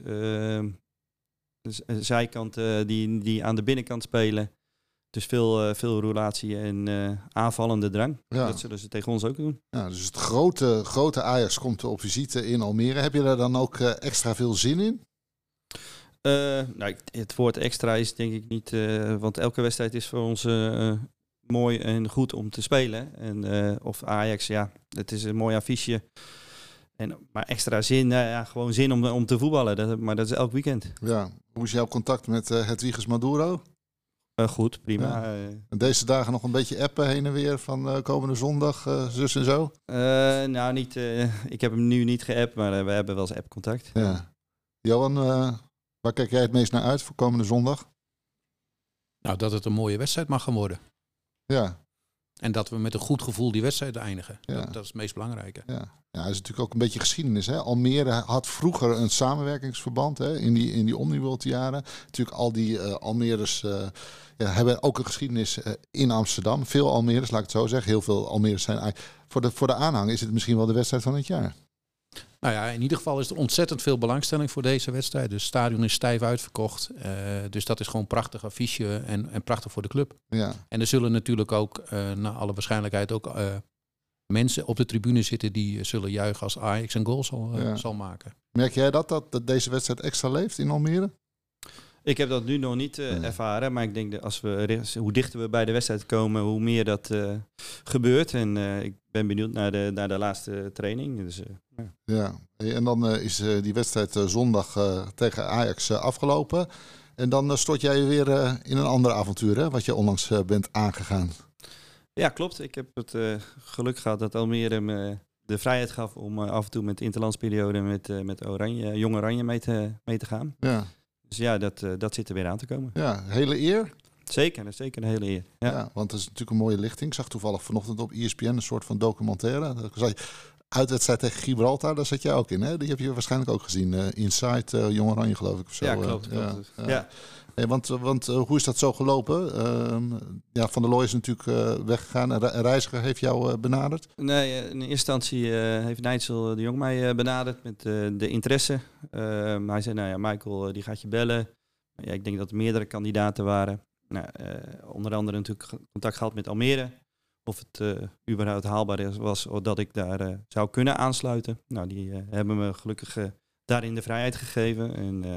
zijkanten die aan de binnenkant spelen. Dus veel roulatie en aanvallende drang. Ja. Dat zullen ze tegen ons ook doen. Ja, dus het grote Ajax komt op visite in Almere. Heb je daar dan ook extra veel zin in? Het woord extra is denk ik niet, want elke wedstrijd is voor ons mooi en goed om te spelen. En of Ajax, het is een mooi affiche. Maar extra zin, gewoon zin om te voetballen. Maar dat is elk weekend. Ja, hoe is jouw contact met Hedwiges Maduro? Goed, prima. Ja. En deze dagen nog een beetje appen heen en weer van komende zondag, zus en zo? Niet. Ik heb hem nu niet geappt, maar we hebben wel eens appcontact. Ja. Johan, waar kijk jij het meest naar uit voor komende zondag? Nou, dat het een mooie wedstrijd mag gaan worden. Ja. En dat we met een goed gevoel die wedstrijd eindigen. Ja. Dat is het meest belangrijke. Ja, dat is natuurlijk ook een beetje geschiedenis. Hè? Almere had vroeger een samenwerkingsverband in die Omniworld-jaren. Natuurlijk al die Almeres hebben ook een geschiedenis in Amsterdam. Veel Almeres, laat ik het zo zeggen. Heel veel Almeres zijn... Voor de aanhang is het misschien wel de wedstrijd van het jaar. Nou ja, in ieder geval is er ontzettend veel belangstelling voor deze wedstrijd. Dus het stadion is stijf uitverkocht. Dus dat is gewoon een prachtig affiche en prachtig voor de club. Ja. En er zullen natuurlijk ook, naar alle waarschijnlijkheid, ook mensen op de tribune zitten die zullen juichen als Ajax een goal zal maken. Merk jij dat deze wedstrijd extra leeft in Almere? Ik heb dat nu nog niet ervaren, maar ik denk dat hoe dichter we bij de wedstrijd komen, hoe meer dat gebeurt. En ik ben benieuwd naar de laatste training. Dus, ja, en dan is die wedstrijd zondag tegen Ajax afgelopen. En dan stort jij je weer in een ander avontuur, hè, wat je onlangs bent aangegaan. Ja, klopt. Ik heb het geluk gehad dat Almere me de vrijheid gaf om af en toe met de interlandsperiode met Jong Oranje mee te gaan. Ja. Dus ja, dat zit er weer aan te komen. Ja, hele eer. Zeker, dat is zeker een hele eer. Ja, want het is natuurlijk een mooie lichting. Ik zag toevallig vanochtend op ESPN een soort van documentaire. Uitwedstrijd tegen Gibraltar, daar zat jij ook in, hè? Die heb je waarschijnlijk ook gezien. Inside Jong Oranje, geloof ik. Of zo. Ja, klopt. Ja. Hey, want hoe is dat zo gelopen? Van der Looy is natuurlijk weggegaan. Een reiziger heeft jou benaderd? Nee, in eerste instantie heeft Nijtsel de Jong mij benaderd met de interesse. Hij zei, Michael die gaat je bellen. Ja, ik denk dat er meerdere kandidaten waren. Onder andere natuurlijk contact gehad met Almere. Of het überhaupt haalbaar was dat ik daar zou kunnen aansluiten. Nou, die hebben me gelukkig daarin de vrijheid gegeven.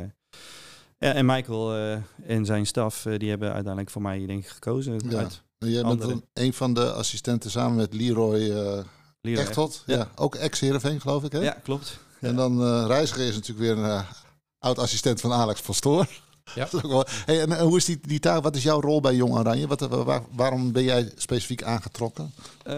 En Michael en zijn staf, die hebben uiteindelijk voor mij denk ik gekozen. Ja. Jij bent een van de assistenten samen met Leroy Echtelt. Ja, ook ex-Heerenveen geloof ik, hè? Ja, klopt. En dan Reiziger is natuurlijk weer een oud-assistent van Alex Pastoor. Ja. Hey, en hoe is die taak? Wat is jouw rol bij Jong Oranje? Waarom ben jij specifiek aangetrokken?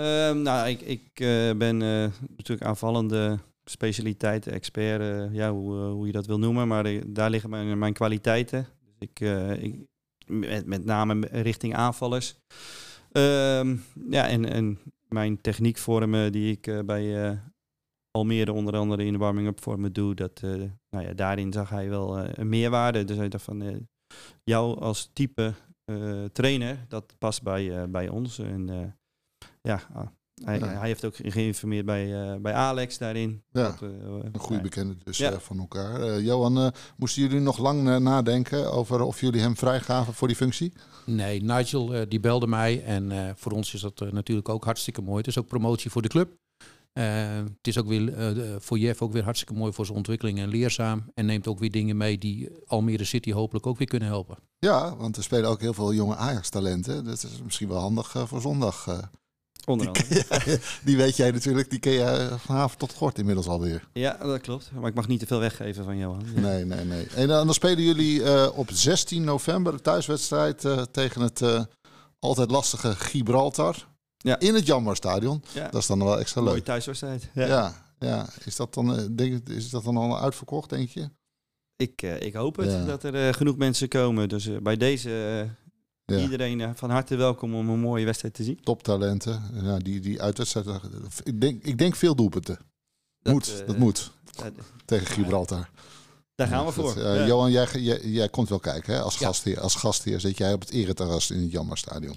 Ik ben natuurlijk aanvallende specialiteit, expert, hoe je dat wil noemen. Maar daar liggen mijn kwaliteiten. Dus ik met name richting aanvallers. En mijn techniekvormen die ik bij Almere onder andere in de warming-up vormen doe, daarin zag hij wel een meerwaarde. Dus hij dacht van, jou als type trainer, dat past bij ons. En hij heeft ook geïnformeerd bij Alex daarin. Ja, een goede bekende dus van elkaar. Johan, moesten jullie nog lang nadenken over of jullie hem vrijgaven voor die functie? Nee, Nigel die belde mij en voor ons is dat natuurlijk ook hartstikke mooi. Het is ook promotie voor de club. Het is ook weer voor Jeff ook weer hartstikke mooi voor zijn ontwikkeling en leerzaam. En neemt ook weer dingen mee die Almere City hopelijk ook weer kunnen helpen. Ja, want er spelen ook heel veel jonge Ajax-talenten. Dat is misschien wel handig voor zondag. Onder andere. Die weet jij natuurlijk, die ken je van haven tot gort inmiddels alweer. Ja, dat klopt. Maar ik mag niet te veel weggeven van Johan. Ja. Nee. En dan spelen jullie op 16 november de thuiswedstrijd tegen het altijd lastige Gibraltar. Ja. In het Jammerstadion. Ja. Dat is dan wel extra leuk. Mooie thuiswedstrijd. Ja. Is dat dan al uitverkocht, denk je? Ik hoop het, dat er genoeg mensen komen. Dus bij deze iedereen van harte welkom om een mooie wedstrijd te zien. Toptalenten. Ja, die uitwedstrijd. Ik denk veel doelpunten. Dat moet. Tegen Gibraltar. Daar gaan we voor. Johan, jij komt wel kijken, hè? Als gastheer zit jij op het ereterras in het Jammerstadion.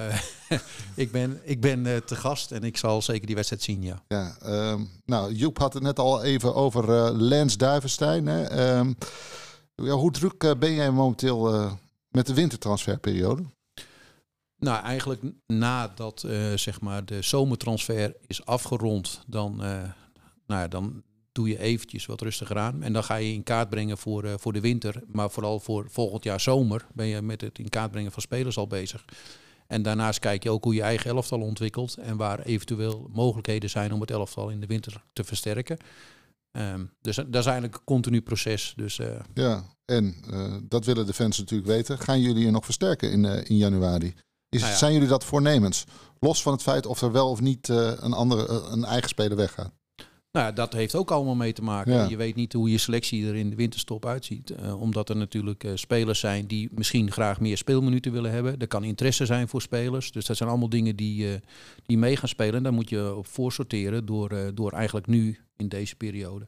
Ik ben te gast en ik zal zeker die wedstrijd zien, ja. Joep had het net al even over Lens Duivenstein. Hè? Hoe druk ben jij momenteel met de wintertransferperiode? Nou, eigenlijk nadat de zomertransfer is afgerond, dan doe je eventjes wat rustiger aan. En dan ga je in kaart brengen voor de winter. Maar vooral voor volgend jaar zomer ben je met het in kaart brengen van spelers al bezig. En daarnaast kijk je ook hoe je eigen elftal ontwikkelt. En waar eventueel mogelijkheden zijn om het elftal in de winter te versterken. Dus dat is eigenlijk een continu proces. Dus, dat willen de fans natuurlijk weten. Gaan jullie je nog versterken in januari? Zijn jullie dat voornemens? Los van het feit of er wel of niet een eigen speler weggaat. Nou, dat heeft ook allemaal mee te maken. Ja. Je weet niet hoe je selectie er in de winterstop uitziet. Omdat er natuurlijk spelers zijn die misschien graag meer speelminuten willen hebben. Er kan interesse zijn voor spelers. Dus dat zijn allemaal dingen die mee gaan spelen. En daar moet je op voorsorteren door eigenlijk nu in deze periode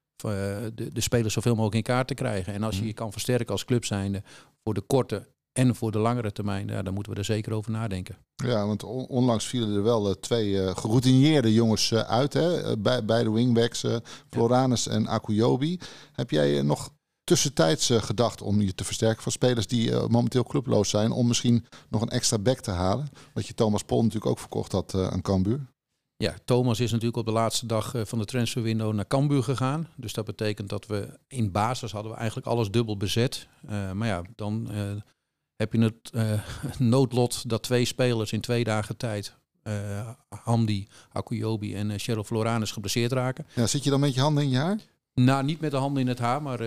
de spelers zoveel mogelijk in kaart te krijgen. En als je je kan versterken als club zijnde voor de korte en voor de langere termijn, dan moeten we er zeker over nadenken. Ja, want onlangs vielen er wel 2 geroutineerde jongens uit. Hè? Bij de wingbacks, Floranus en Akuyobi. Heb jij nog tussentijds gedacht om je te versterken van spelers die momenteel clubloos zijn, om misschien nog een extra back te halen? Wat je Thomas Pol natuurlijk ook verkocht had aan Cambuur. Ja, Thomas is natuurlijk op de laatste dag van de transferwindow naar Cambuur gegaan. Dus dat betekent dat we in basis hadden we eigenlijk alles dubbel bezet. Maar ja, dan heb je het noodlot dat 2 spelers in 2 dagen tijd, Hamdi, Akuyobi en Cheryl Floranus, geblesseerd raken. Ja, zit je dan met je handen in je haar? Nou, niet met de handen in het haar, maar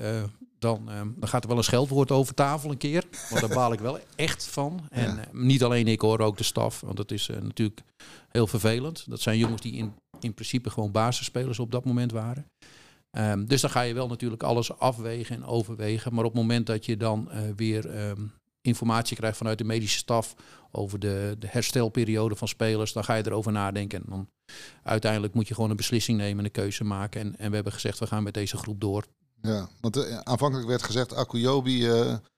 dan gaat er wel een scheldwoord over tafel een keer. Want daar baal ik wel echt van. En niet alleen ik hoor, ook de staf. Want dat is natuurlijk heel vervelend. Dat zijn jongens die in principe gewoon basisspelers op dat moment waren. Dus dan ga je wel natuurlijk alles afwegen en overwegen. Maar op het moment dat je dan weer informatie krijgt vanuit de medische staf over de herstelperiode van spelers, dan ga je erover nadenken. En dan uiteindelijk moet je gewoon een beslissing nemen en een keuze maken. En we hebben gezegd, we gaan met deze groep door. Ja, want aanvankelijk werd gezegd, Akuyobi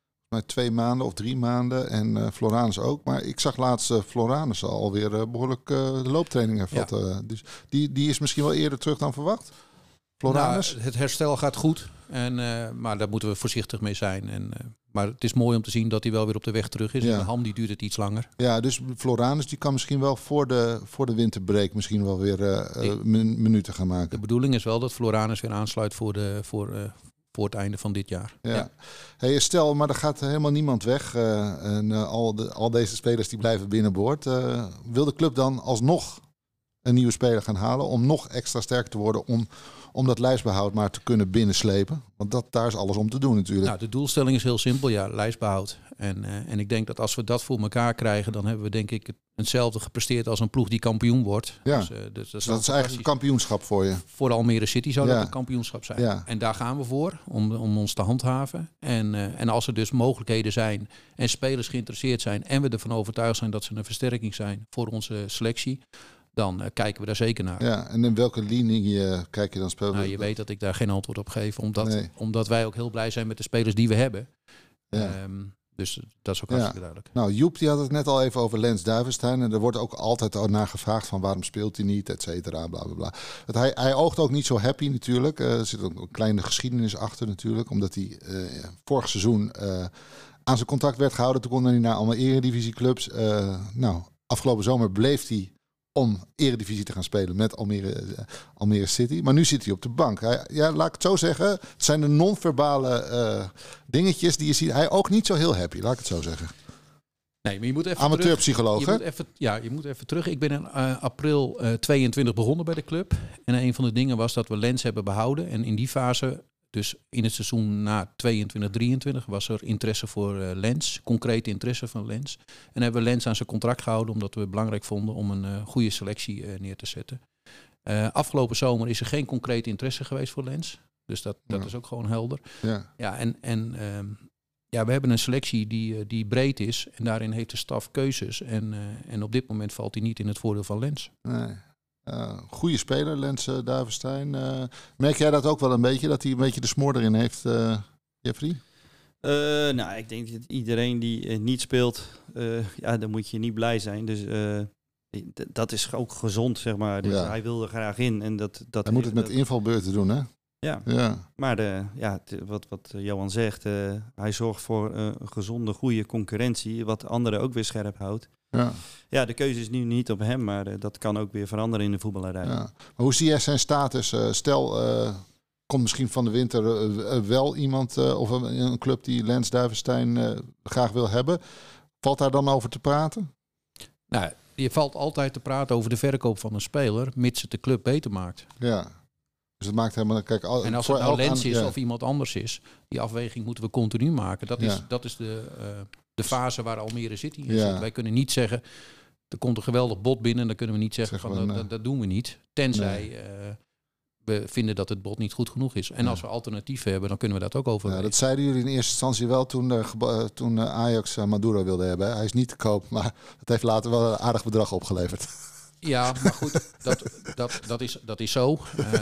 2 maanden of 3 maanden en Floranus ook. Maar ik zag laatst Floranus alweer behoorlijk de looptraining hervatten. Ja. Dus die is misschien wel eerder terug dan verwacht. Floranus? Nou, het herstel gaat goed, maar daar moeten we voorzichtig mee zijn. Maar het is mooi om te zien dat hij wel weer op de weg terug is. Ja. En Ham duurt het iets langer. Ja, dus Floranus die kan misschien wel voor de winterbreak misschien wel weer minuten gaan maken. De bedoeling is wel dat Floranus weer aansluit voor het einde van dit jaar. Ja. Hey, stel, maar er gaat helemaal niemand weg. En al deze spelers die blijven binnenboord. Wil de club dan alsnog een nieuwe speler gaan halen om nog extra sterk te worden om dat lijstbehoud maar te kunnen binnenslepen? Want daar is alles om te doen natuurlijk. Nou, de doelstelling is heel simpel, ja, lijstbehoud. En ik denk dat als we dat voor elkaar krijgen, dan hebben we denk ik hetzelfde gepresteerd als een ploeg die kampioen wordt. Ja. Dus dat is eigenlijk een kampioenschap voor je. Voor Almere City zou dat een kampioenschap zijn. Ja. En daar gaan we voor, om ons te handhaven. En als er dus mogelijkheden zijn en spelers geïnteresseerd zijn en we ervan overtuigd zijn dat ze een versterking zijn voor onze selectie, dan kijken we daar zeker naar. Ja, en in welke linie kijk je dan spelen? Nou, je weet dat ik daar geen antwoord op geef, omdat wij ook heel blij zijn met de spelers die we hebben. Ja. Dus dat is ook hartstikke duidelijk. Nou, Joep die had het net al even over Lens Duivenstein. En er wordt ook altijd naar gevraagd van waarom speelt hij niet, et cetera, bla bla bla. Hij oogt ook niet zo happy natuurlijk. Er zit ook een kleine geschiedenis achter natuurlijk. Omdat hij vorig seizoen aan zijn contract werd gehouden. Toen kon hij naar allemaal eredivisieclubs. Afgelopen zomer bleef hij om eredivisie te gaan spelen met Almere City. Maar nu zit hij op de bank. Laat ik het zo zeggen. Het zijn de non-verbale dingetjes die je ziet. Hij ook niet zo heel happy, laat ik het zo zeggen. Nee, maar je moet even amateurpsycholoog, hè? Je moet even terug. Ik ben in april 22 begonnen bij de club. En een van de dingen was dat we Lens hebben behouden. En in die fase, dus in het seizoen na 22-23, was er interesse voor Lens. Concrete interesse van Lens. En hebben we Lens aan zijn contract gehouden, omdat we het belangrijk vonden om een goede selectie neer te zetten. Afgelopen zomer is er geen concrete interesse geweest voor Lens. Dus dat is ook gewoon helder. Ja, we hebben een selectie die breed is. En daarin heeft de staf keuzes. En op dit moment valt hij niet in het voordeel van Lens. Nee. Goede speler, Lens Duivenstein. Merk jij dat ook wel een beetje? Dat hij een beetje de smoor erin heeft, Jeffrey? Ik denk dat iedereen die niet speelt, dan moet je niet blij zijn. Dus dat is ook gezond, zeg maar. Dus hij wil er graag in. En dat hij moet het met invalbeurten doen, hè? Ja. Maar wat Johan zegt, hij zorgt voor een gezonde, goede concurrentie, wat anderen ook weer scherp houdt. Ja, de keuze is nu niet op hem, maar dat kan ook weer veranderen in de voetballerij. Ja. Maar hoe zie jij zijn status? Stel, komt misschien van de winter wel iemand of een club die Lens Duivenstein graag wil hebben. Valt daar dan over te praten? Nou, je valt altijd te praten over de verkoop van een speler, mits het de club beter maakt. Ja. Dus het maakt helemaal... Kijk, en als het nou Lens is of iemand anders is, die afweging moeten we continu maken. Dat is de fase waar Almere City in zit. Wij kunnen niet zeggen, er komt een geweldig bod binnen en dan kunnen we niet zeggen dat doen we niet. Tenzij we vinden dat het bod niet goed genoeg is. En als we alternatieven hebben, dan kunnen we dat ook overwegen. Ja, dat zeiden jullie in eerste instantie wel toen Ajax Maduro wilde hebben. Hij is niet te koop, maar het heeft later wel een aardig bedrag opgeleverd. Ja, maar goed, dat is zo.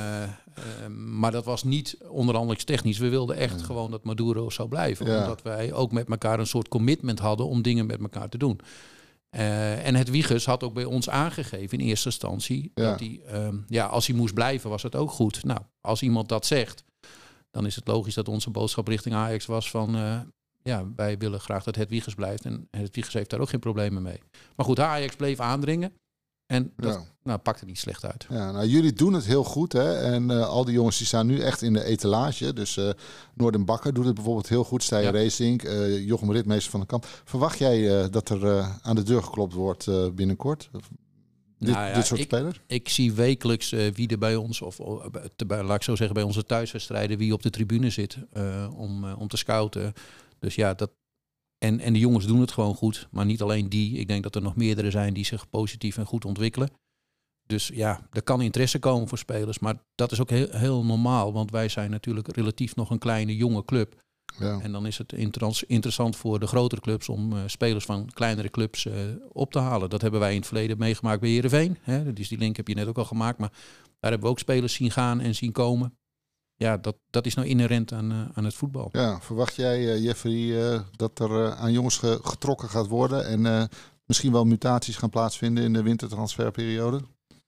Maar dat was niet onderhandelingstechnisch. We wilden echt gewoon dat Maduro zou blijven. Ja. Omdat wij ook met elkaar een soort commitment hadden om dingen met elkaar te doen. En het Wiegers had ook bij ons aangegeven in eerste instantie dat hij, als hij moest blijven, was het ook goed. Nou, als iemand dat zegt, dan is het logisch dat onze boodschap richting Ajax was van, wij willen graag dat het Wiegers blijft. En het Wiegers heeft daar ook geen problemen mee. Maar goed, Ajax bleef aandringen. En dat pakte niet slecht uit. Ja, nou, jullie doen het heel goed, hè? En al die jongens die staan nu echt in de etalage. Dus Noorden Bakker doet het bijvoorbeeld heel goed. Stijn Racing, Jochem Ritmeester van den Kamp. Verwacht jij dat er aan de deur geklopt wordt binnenkort? Dit soort spelers? Ik zie wekelijks wie er bij ons, laat ik zo zeggen, bij onze thuiswedstrijden, wie op de tribune zit om te scouten. Dus ja, dat. En de jongens doen het gewoon goed. Maar niet alleen die. Ik denk dat er nog meerdere zijn die zich positief en goed ontwikkelen. Dus ja, er kan interesse komen voor spelers. Maar dat is ook heel normaal. Want wij zijn natuurlijk relatief nog een kleine, jonge club. Ja. En dan is het interessant voor de grotere clubs om spelers van kleinere clubs op te halen. Dat hebben wij in het verleden meegemaakt bij Heerenveen. Dus die link heb je net ook al gemaakt. Maar daar hebben we ook spelers zien gaan en zien komen. Ja, dat is nou inherent aan het voetbal. Ja, verwacht jij, Jeffrey, dat er aan jongens getrokken gaat worden en misschien wel mutaties gaan plaatsvinden in de wintertransferperiode?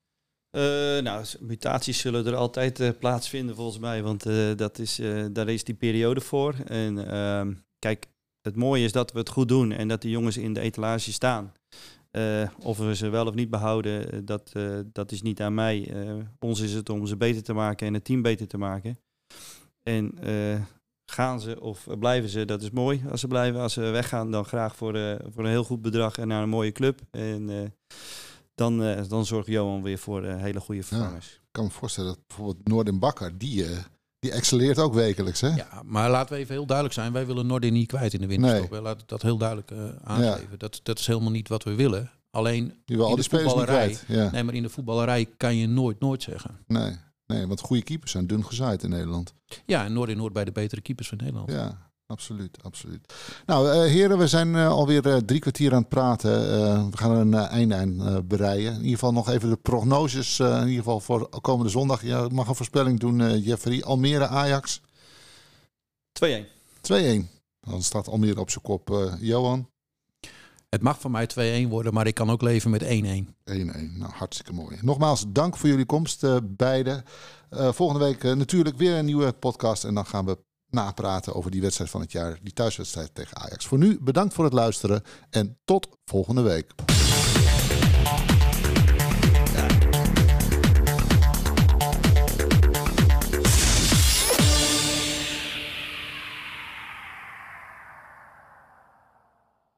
Mutaties zullen er altijd plaatsvinden volgens mij, want daar is die periode voor. En kijk, het mooie is dat we het goed doen en dat die jongens in de etalage staan. Of we ze wel of niet behouden, dat is niet aan mij. Ons is het om ze beter te maken en het team beter te maken. En gaan ze of blijven ze, dat is mooi als ze blijven. Als ze weggaan, dan graag voor een heel goed bedrag en naar een mooie club. En dan zorgt Johan weer voor hele goede vervangers. Ja, ik kan me voorstellen dat bijvoorbeeld Noordin Bakker, die excelleert ook wekelijks. Hè? Ja, maar laten we even heel duidelijk zijn. Wij willen Noordin niet kwijt in de winterstop. Nee. Laten we dat heel duidelijk aangeven. Ja. Dat is helemaal niet wat we willen. Alleen die wil al die spelers niet kwijt. Ja. Nee, maar in de voetballerij kan je nooit zeggen. Nee, want goede keepers zijn dun gezaaid in Nederland. Ja, en Noordin hoort bij de betere keepers van Nederland. Ja. Absoluut. Nou, heren, we zijn alweer 3 kwartier aan het praten. We gaan er een einde aan breien. In ieder geval nog even de prognoses. In ieder geval voor komende zondag. Je mag een voorspelling doen, Jeffrey. Almere, Ajax. 2-1. 2-1. Dan staat Almere op zijn kop. Johan? Het mag van mij 2-1 worden, maar ik kan ook leven met 1-1. 1-1. Nou, hartstikke mooi. Nogmaals, dank voor jullie komst, beiden. Volgende week natuurlijk weer een nieuwe podcast. En dan gaan we napraten over die wedstrijd van het jaar, die thuiswedstrijd tegen Ajax. Voor nu bedankt voor het luisteren en tot volgende week.